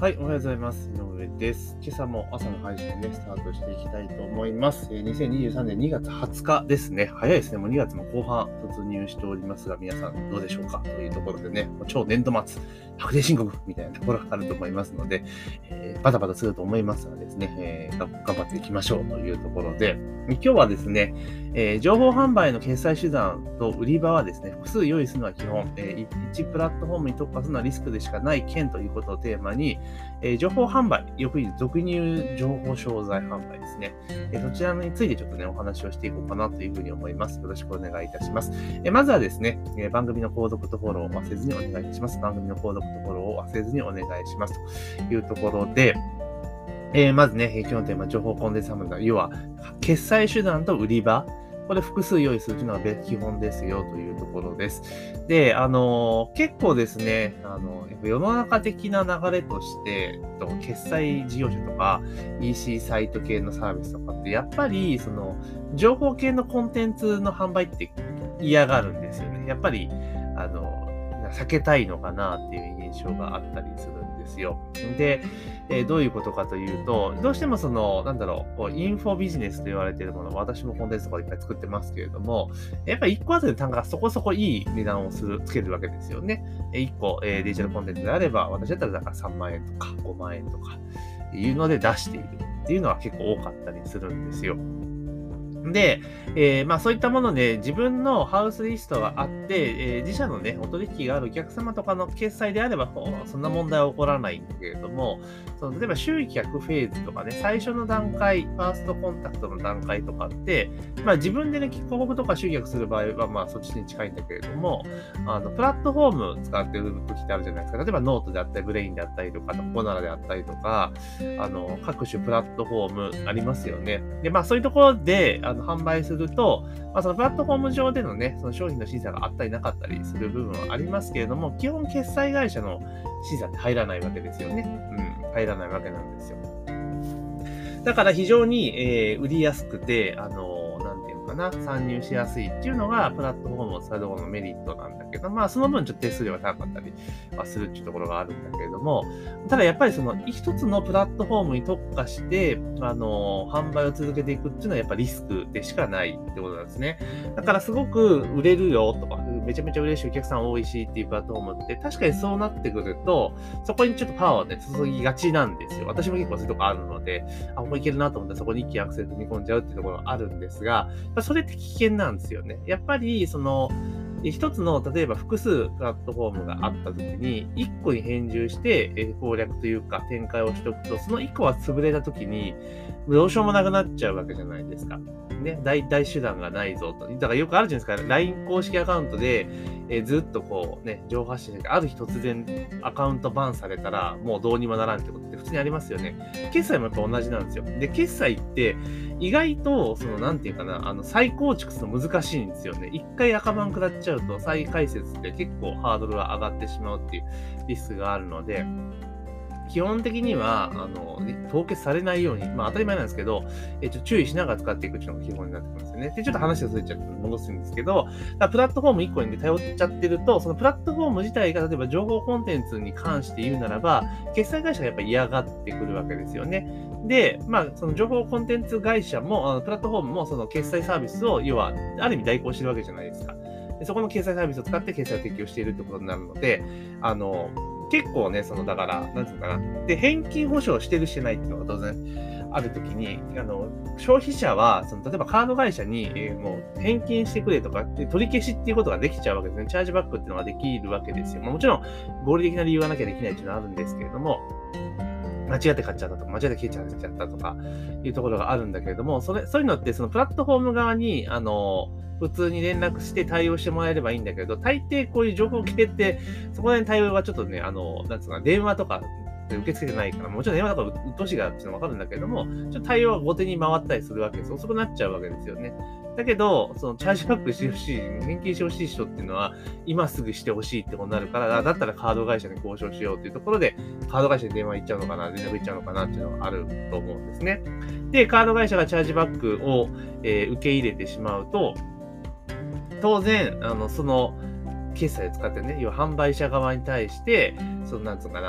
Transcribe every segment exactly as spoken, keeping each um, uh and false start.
はい、おはようございます。井上です。今朝も朝の配信をね、スタートしていきたいと思います。えー、にせんにじゅうさんねんにがつはつかですね。早いですね。もうにがつも後半突入しておりますが、皆さんどうでしょうかというところでね、もう超年度末、確定申告みたいなところがあると思いますので、えー、バタバタすると思いますがですね、えー、頑張っていきましょうというところで、今日はですね、えー、情報販売の決済手段と売り場はですね、複数用意するのは基本、えー、いちプラットフォームに特化するのはリスクでしかない件ということをテーマに、えー、情報販売、よく言う俗に言う情報商材販売ですね、えー。そちらについてちょっとね、お話をしていこうかなというふうに思います。よろしくお願いいたします。えー、まずはですね、えー、番組の購読とフォローを忘れずにお願いいたします。番組の購読とフォローを忘れずにお願いします。というところで、えー、まずね、今日のテーマ、情報コンテンツ販売、要は、決済手段と売り場。これ複数用意するというのが基本ですよというところです。で、あのー、結構ですね、あの、世の中的な流れとして、決済事業者とか イーシー サイト系のサービスとかって、やっぱり、その、情報系のコンテンツの販売って嫌がるんですよね。やっぱり、あの、避けたいのかなっていう印象があったりするんですよ。で、えー、どういうことかというと、どうしてもその、なんだろう、こうインフォビジネスと言われているもの、私もコンテンツとかいっぱい作ってますけれども、やっぱりいっこあたりの単価がそこそこいい値段をする、つけるわけですよね。いっこ、えー、デジタルコンテンツであれば、私だったらだからさんまんえんとかごまんえんとかいうので出しているっていうのは結構多かったりするんですよ。で、えー、まあそういったもので自分のハウスリストがあって、えー、自社のね、お取引があるお客様とかの決済であれば、そんな問題は起こらないんだけれども、その例えば集客フェーズとかね、最初の段階、ファーストコンタクトの段階とかって、まあ自分でね、広告とか集客する場合は、まあそっちに近いんだけれども、あの、プラットフォーム使ってる時ってあるじゃないですか。例えばノートであったり、ブレインであったりとか、コナラであったりとか、あの、各種プラットフォームありますよね。で、まあそういうところで、あの、販売すると、まあ、そのプラットフォーム上でのね、その商品の審査があったりなかったりする部分はありますけれども、基本決済会社の審査って入らないわけですよね。うん、入らないわけなんですよ。だから非常に、えー、売りやすくて、あのー、なんていうのかな、参入しやすいっていうのが、プラットフォームを使うところのメリットなんだけど、まあ、その分ちょっと手数料が高かったりはするっていうところがあるんだけれども、ただやっぱりその一つのプラットフォームに特化して、あのー、販売を続けていくっていうのはやっぱリスクでしかないってことなんですね。だからすごく売れるよとか、めちゃめちゃ嬉しいお客さん多いしっていうプラットフォームって確かにそうなってくると、そこにちょっとパワーをね、注ぎがちなんですよ。私も結構そういうとこあるので、あ、ここいけるなと思ってそこに一気にアクセル踏み込んじゃうっていうところがあるんですが、それって危険なんですよね。やっぱり、その、一つの、例えば複数プラットフォームがあったときに、一個に編集して、え攻略というか展開をしておくと、その一個は潰れたときに、どうしようもなくなっちゃうわけじゃないですか。ね、大、大手段がないぞと。だからよくあるじゃないですか。ライン 公式アカウントで、えー、ずっとこうね、情報発信してある日突然アカウントバンされたら、もうどうにもならんってことって普通にありますよね。決済もやっぱ同じなんですよ。で、決済って、意外と、その、なんていうかな、あの、再構築するの難しいんですよね。一回赤番食らっちゃうと、再開設って結構ハードルが上がってしまうっていうリスクがあるので、基本的には、あの、凍結されないように、まあ当たり前なんですけど、えっと、注意しながら使っていくっていうのが基本になってくるんですよね。で、ちょっと話がずれちゃって戻すんですけど、プラットフォームいっこに頼っちゃってると、そのプラットフォーム自体が例えば情報コンテンツに関して言うならば、決済会社がやっぱり嫌がってくるわけですよね。で、まあ、その情報コンテンツ会社も、あのプラットフォームもその決済サービスを、要は、ある意味代行してるわけじゃないですか。でそこの決済サービスを使って決済を提供しているってことになるので、あの、結構ね、その、だから、なんていうのかな。で、返金保証してるしてないっていうのが当然あるときに、あの、消費者は、その、例えばカード会社に、えー、もう返金してくれとかって取り消しっていうことができちゃうわけですね。チャージバックっていうのができるわけですよ。まあ、もちろん、合理的な理由がなきゃできないっていうのはあるんですけれども、間違って買っちゃったとか、間違って消えちゃったとか、いうところがあるんだけれども、それ、そういうのって、そのプラットフォーム側に、あの、普通に連絡して対応してもらえればいいんだけど、大抵こういう情報を来てって、そこら辺対応がちょっとね、あの、なんつうかな、電話とかで受け付けてないから、もちろん電話とかうっとしがっていうのはわかるんだけども、ちょっと対応が後手に回ったりするわけです。遅くなっちゃうわけですよね。だけど、そのチャージバックしてほしい、返金してほしい人っていうのは、今すぐしてほしいってことになるから、だったらカード会社に交渉しようっていうところで、カード会社に電話行っちゃうのかな、連絡行っちゃうのかなっていうのがあると思うんですね。で、カード会社がチャージバックを、えー、受け入れてしまうと、当然、あの、その、決済を使ってね、要は販売者側に対して、その、なんつうのかな、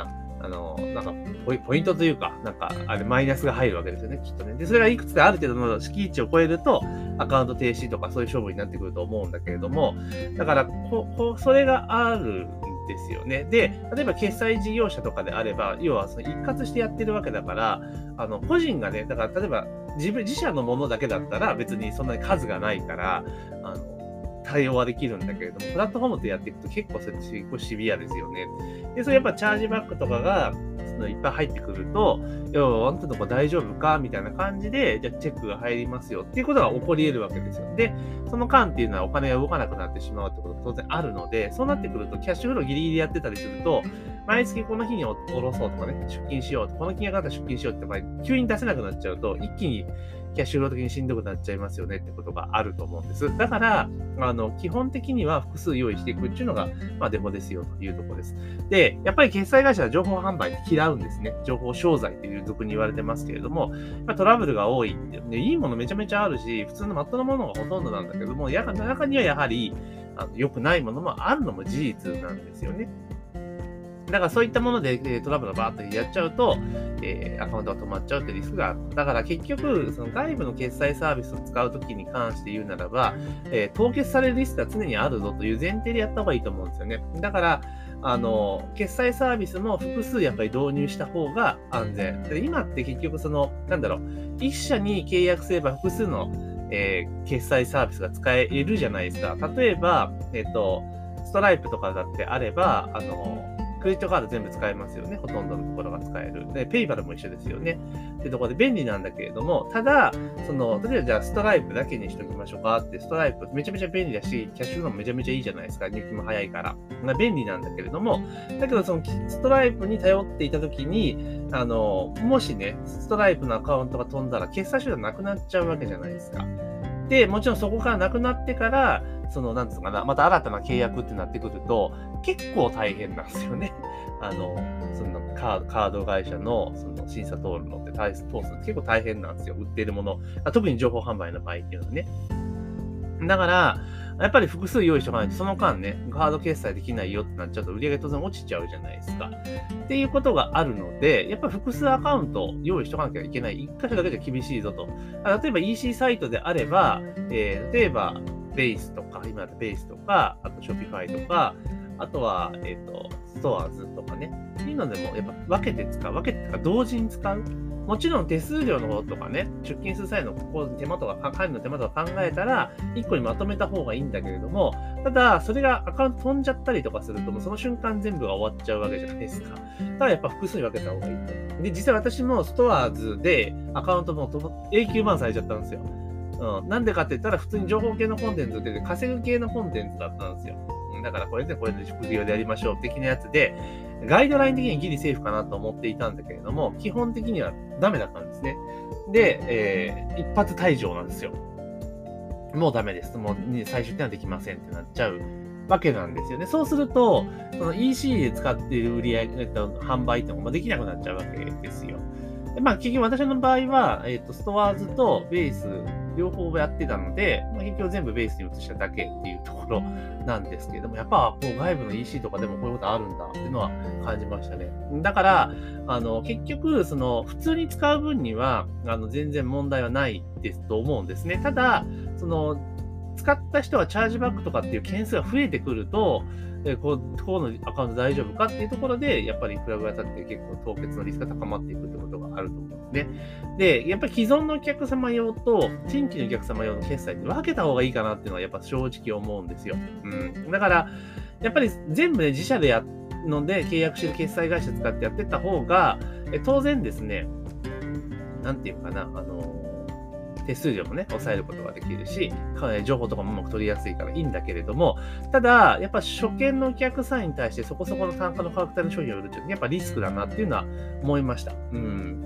あの、なんかポイ、ポイントというか、なんか、あれ、マイナスが入るわけですよね、きっとね。で、それがいくつかある程度の敷地を超えると、アカウント停止とかそういう勝負になってくると思うんだけれども、だから、こ、こ、それがあるんですよね。で、例えば決済事業者とかであれば、要はその一括してやってるわけだから、あの、個人がね、だから例えば自分、自社のものだけだったら別にそんなに数がないから、あの、対応はできるんだけれども、プラットフォームでやっていくと結構それ結構シビアですよね。で、それやっぱチャージバックとかがそのいっぱい入ってくると、いや、あんたのとこ大丈夫かみたいな感じで、じゃあチェックが入りますよっていうことが起こり得るわけですよ。で、その間っていうのはお金が動かなくなってしまうってことが当然あるので、そうなってくるとキャッシュフローギリギリやってたりすると、毎月この日に下ろそうとかね、出金しようと、この金額だったら出金しようって場合、急に出せなくなっちゃうと、一気にキャッシュフロー的にしんどくなっちゃいますよねってことがあると思うんです。だから、あの、基本的には複数用意していくっていうのが、まあ、デモですよというところです。で、やっぱり決済会社は情報販売って嫌うんですね。情報商材っていう俗に言われてますけれども、まあ、トラブルが多いって、ね、いいものめちゃめちゃあるし、普通のマットなものがほとんどなんだけども、や中にはやはり、あの良くないものもあるのも事実なんですよね。だからそういったもので、えー、トラブルがバーッとやっちゃうと、えー、アカウントが止まっちゃうってリスクがある。だから結局、その外部の決済サービスを使うときに関して言うならば、えー、凍結されるリスクが常にあるぞという前提でやった方がいいと思うんですよね。だから、あの、決済サービスも複数やっぱり導入した方が安全。で、今って結局その、なんだろう、一社に契約すれば複数の、えー、決済サービスが使えるじゃないですか。例えば、えっと、ストライプとかだってあれば、あの、クレジットカード全部使えますよね。ほとんどのところが使える。で、ペイパルも一緒ですよね。ってところで便利なんだけれども、ただ、その、例えばじゃあストライプだけにしときましょうかって、ストライプめちゃめちゃ便利だし、キャッシュフローもめちゃめちゃいいじゃないですか。入金も早いから。まあ、便利なんだけれども、だけどそのストライプに頼っていたときに、あの、もしね、ストライプのアカウントが飛んだら決済手段なくなっちゃうわけじゃないですか。で、もちろんそこからなくなってから、その、なんつうのかな、また新たな契約ってなってくると、結構大変なんですよね。あの、そのカード、カード会社のその審査通るのって、通すのって結構大変なんですよ。売っているもの。特に情報販売の場合っていうのはね。だから、やっぱり複数用意しとかないと、その間ね、カード決済できないよってなっちゃうと、売り上げ当然落ちちゃうじゃないですか。っていうことがあるので、やっぱり複数アカウント用意しとかなきゃいけない。一箇所だけじゃ厳しいぞと。例えば イーシー サイトであれば、えー、例えば、ベースとか、今だとベースとか、あと Shopify とか、あとは、えっと、ストアーズとかね。っていうのでも、やっぱ分けて使う。分けてか同時に使う。もちろん手数料の方とかね、出金する際のここ手間とか、管理の手間とか考えたら、一個にまとめた方がいいんだけれども、ただ、それがアカウント飛んじゃったりとかすると、もうその瞬間全部が終わっちゃうわけじゃないですか。だからやっぱ複数に分けた方がいいと。で、実際私もストアーズでアカウントも永久バンされちゃったんですよ。うん。なんでかって言ったら、普通に情報系のコンテンツで、稼ぐ系のコンテンツだったんですよ。だからこれでこれで副業でやりましょう的なやつで、ガイドライン的にギリセーフかなと思っていたんだけれども、基本的にはダメだったんですね。で、えー、一発退場なんですよ。もうダメです。もう最終的にはできませんってなっちゃうわけなんですよね。そうすると、その イーシー で使っている売り上げ、えっと、販売ってのができなくなっちゃうわけですよ。でまあ、結局私の場合は、えっと、ストアーズとベース、両方やってたので、まあ、結局全部ベースに移しただけっていうところなんですけれども、やっぱこう外部の イーシー とかでもこういうことあるんだっていうのは感じましたね。だから、あの、結局、その、普通に使う分には、あの、全然問題はないですと思うんですね。ただ、その、使った人はチャージバックとかっていう件数が増えてくると、えこう、このアカウント大丈夫かっていうところで、やっぱりフラグが立って結構凍結のリスクが高まっていくってことがあると思うんですね。で、やっぱり既存のお客様用と新規のお客様用の決済って分けた方がいいかなっていうのはやっぱ正直思うんですよ。うん。だから、やっぱり全部ね、自社でやるので契約してる決済会社使ってやってった方が、え当然ですね、なんていうかな、あの、手数料もね、抑えることができるし、情報とかもうまく取りやすいからいいんだけれども、ただ、やっぱ初見のお客さんに対してそこそこの単価の価格帯の商品を売るっていうのはやっぱリスクだなっていうのは思いました。うん、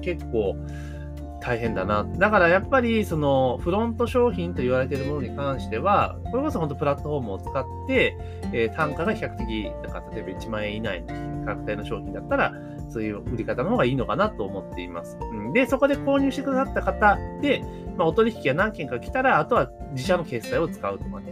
結構大変だな。だからやっぱりそのフロント商品と言われているものに関しては、これこそ本当プラットフォームを使って、えー、単価が比較的、だから例えばいちまんえん以内の価格帯の商品だったら、そういう売り方の方がいいのかなと思っています。うん、で、そこで購入してくださった方で、まあ、お取引が何件か来たら、あとは自社の決済を使うとかね。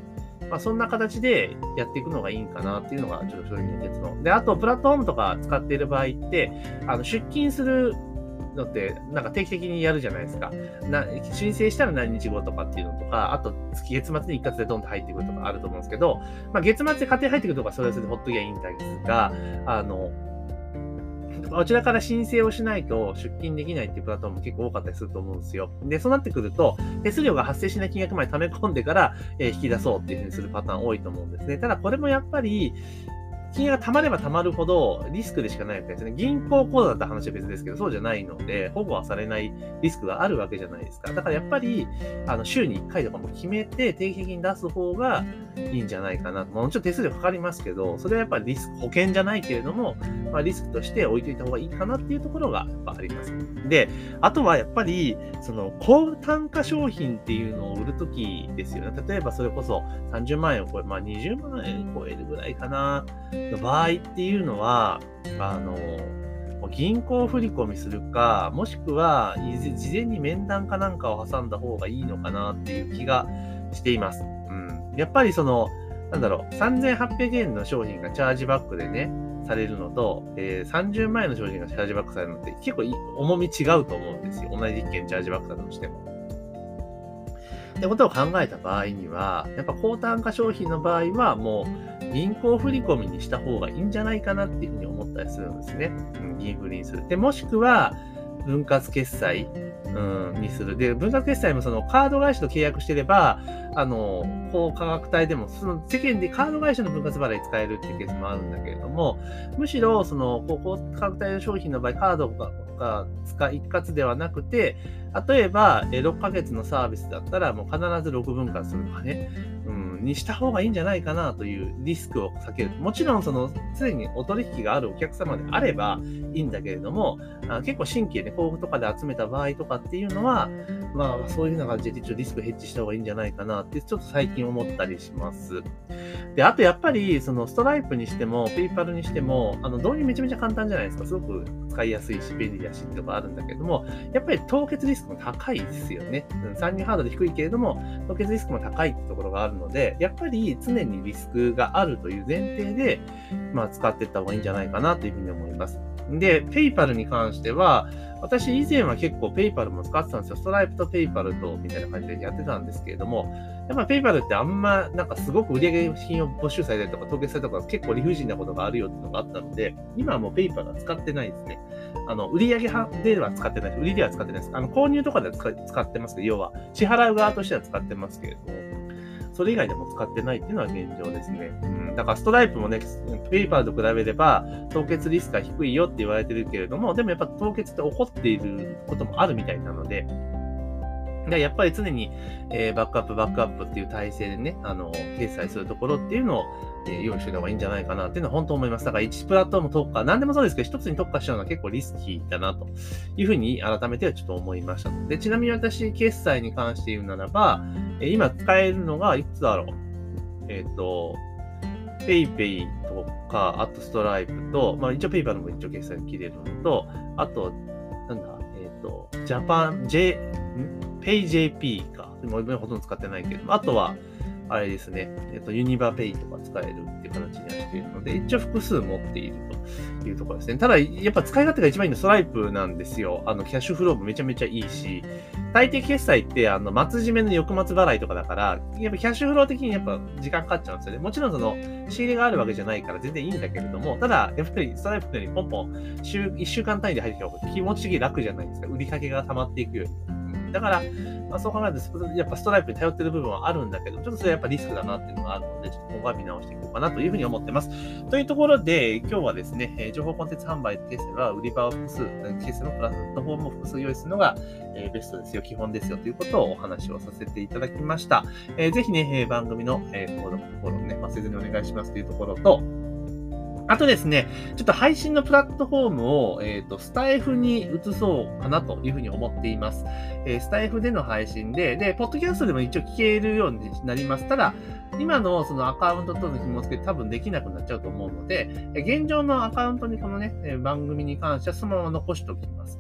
まあ、そんな形でやっていくのがいいんかなっていうのが、ちょっと正直な結論。で、あと、プラットフォームとか使っている場合って、あの、出勤するのって、なんか定期的にやるじゃないですか。な申請したら何日後とかっていうのとか、あと月月末に一括でドンと入ってくるとかあると思うんですけど、まあ、月末で家庭入ってくるとかそれはそれでほっときゃいいんですが、あの、こちらから申請をしないと出勤できないっていうプラットフォーム結構多かったりすると思うんですよ。で、そうなってくると、手数料が発生しない金額まで溜め込んでから、えー、引き出そうっていうふうにするパターン多いと思うんですね。ただこれもやっぱり、金額が溜まれば溜まるほどリスクでしかないわけですね。銀行口座だった話は別ですけど、そうじゃないので、保護はされないリスクがあるわけじゃないですか。だからやっぱり、あの、週にいっかいとかも決めて定期的に出す方がいいんじゃないかな。もちろん手数料かかりますけど、それはやっぱりリスク、保険じゃないけれども、まあ、リスクとして置いといた方がいいかなっていうところがやっぱあります。で、あとはやっぱり、その、高単価商品っていうのを売るときですよね。例えばそれこそさんじゅうまんえんを超え、まあにじゅうまんえん超えるぐらいかな。の場合っていうのは、あの、銀行振り込みするか、もしくは、事前に面談かなんかを挟んだ方がいいのかなっていう気がしています。うん。やっぱりその、なんだろう、さんぜんはっぴゃくえんの商品がチャージバックでね、されるのと、えー、さんじゅうまんえんの商品がチャージバックされるのって結構重み違うと思うんですよ。同じ一件チャージバックだとしても。ってことを考えた場合には、やっぱ高単価商品の場合はもう銀行振り込みにした方がいいんじゃないかなっていうふうに思ったりするんですね。うん、銀振りにする。で、もしくは分割決済、うん、にする。で、分割決済もそのカード会社と契約してれば、あの、高価格帯でも、その世間でカード会社の分割払い使えるっていうケースもあるんだけれども、むしろその高価格帯の商品の場合、カードがが使い一括ではなくて、例えばろっかげつのサービスだったらもう必ずろくぶん割するとかね、うん、にした方がいいんじゃないかなというリスクを避ける。もちろんその常にお取引があるお客様であればいいんだけれども、あ結構新規でね、広告とかで集めた場合とかっていうのは、まあそういうような感じで一応リスクヘッジした方がいいんじゃないかなってちょっと最近思ったりします。で、あとやっぱりそのストライプにしてもペイパルにしても、あの導入めちゃめちゃ簡単じゃないですか。すごく使いやすいし便利だしっていうのがあるんだけれども、やっぱり凍結リスクも高いですよね。参入ハードル低いけれども、凍結リスクも高いってところがあるので、やっぱり常にリスクがあるという前提で、まあ使っていった方がいいんじゃないかなというふうに思います。で、ペイパルに関しては、私以前は結構ペイパルも使ってたんですよ。ストライプとペイパルとみたいな感じでやってたんですけれども、やっぱペイパルってあんまなんかすごく売上品を没収されたりとか凍結されたりとか結構理不尽なことがあるよっていうのがあったので、今はもうペイパルは使ってないですね。あの、売上派では使ってないです。売りでは使ってないです。あの、購入とかでは 使, 使ってますけど、要は支払う側としては使ってますけれども、それ以外でも使ってないっていうのは現状ですね。うん、だからストライプもね、ペーパーと比べれば凍結リスクが低いよって言われてるけれども、でもやっぱ凍結って起こっていることもあるみたいなので、でやっぱり常に、えー、バックアップバックアップっていう体制でね、あの、決済するところっていうのを、えー、用意しておいた方がいいんじゃないかなっていうのは本当思います。だからいちプラットフォーム特化、何でもそうですけど、一つに特化しちゃうのは結構リスキーだなというふうに改めてはちょっと思いました。で、ちなみに私、決済に関して言うならば、えー、今使えるのがいくつだろう。えっと、PayPay とか、あとストライプと、まあ一応 PayPal も一応決済切れるのと、あと、なんだ、えっと、ジャパン、J、んPayJP か。もうほとんど使ってないけど、あとは、あれですね、えっと、ユニバペイとか使えるっていう形になっているので、一応複数持っているというところですね。ただ、やっぱ使い勝手が一番いいのストライプなんですよ。あの、キャッシュフローもめちゃめちゃいいし、大抵決済って、あの、末締めの翌末払いとかだから、やっぱキャッシュフロー的にやっぱ時間かかっちゃうんですよね。もちろんその、仕入れがあるわけじゃないから全然いいんだけれども、ただ、やっぱりストライプのようにポンポン、週、いっしゅうかん単位で入ってきた方が気持ち的に楽じゃないですか。売りかけが溜まっていくよりも。だから、まあ、そう考えると、やっぱストライプに頼ってる部分はあるんだけど、ちょっとそれはやっぱリスクだなっていうのがあるので、ちょっと今後は見直していこうかなというふうに思ってます。というところで、今日はですね、情報コンテンツ販売決済は売り場を複数、決済のプラットフォームを複数用意するのがベストですよ、基本ですよということをお話をさせていただきました。ぜひね、番組の購読、フォローね、忘れずにお願いしますというところと、あとですね、ちょっと配信のプラットフォームを、えっと、スタイフに移そうかなというふうに思っています。えー、スタイフでの配信で、で、ポッドキャストでも一応聞けるようになります。ただ、今のそのアカウントとの紐付け多分できなくなっちゃうと思うので、現状のアカウントにこのね、番組に関してはそのまま残しておきます。うん。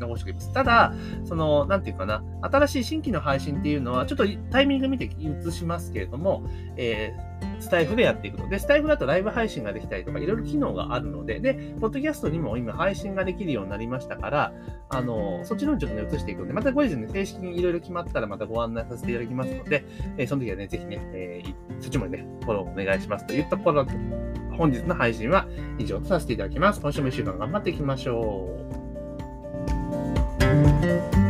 残しておきます。ただ、その、なんていうかな、新しい新規の配信っていうのは、ちょっとタイミング見て移しますけれども、えースタイフでやっていくと。で、スタイフだとライブ配信ができたりとか、いろいろ機能があるので、で、ポッドキャストにも今配信ができるようになりましたから、あの、そっちの方にちょっとね、移していくので、また後日ね、正式にいろいろ決まったらまたご案内させていただきますので、えーその時はね、ぜひね、えーそっちもね、フォローお願いしますというところで、本日の配信は以上とさせていただきます。今週もいっしゅうかん頑張っていきましょう。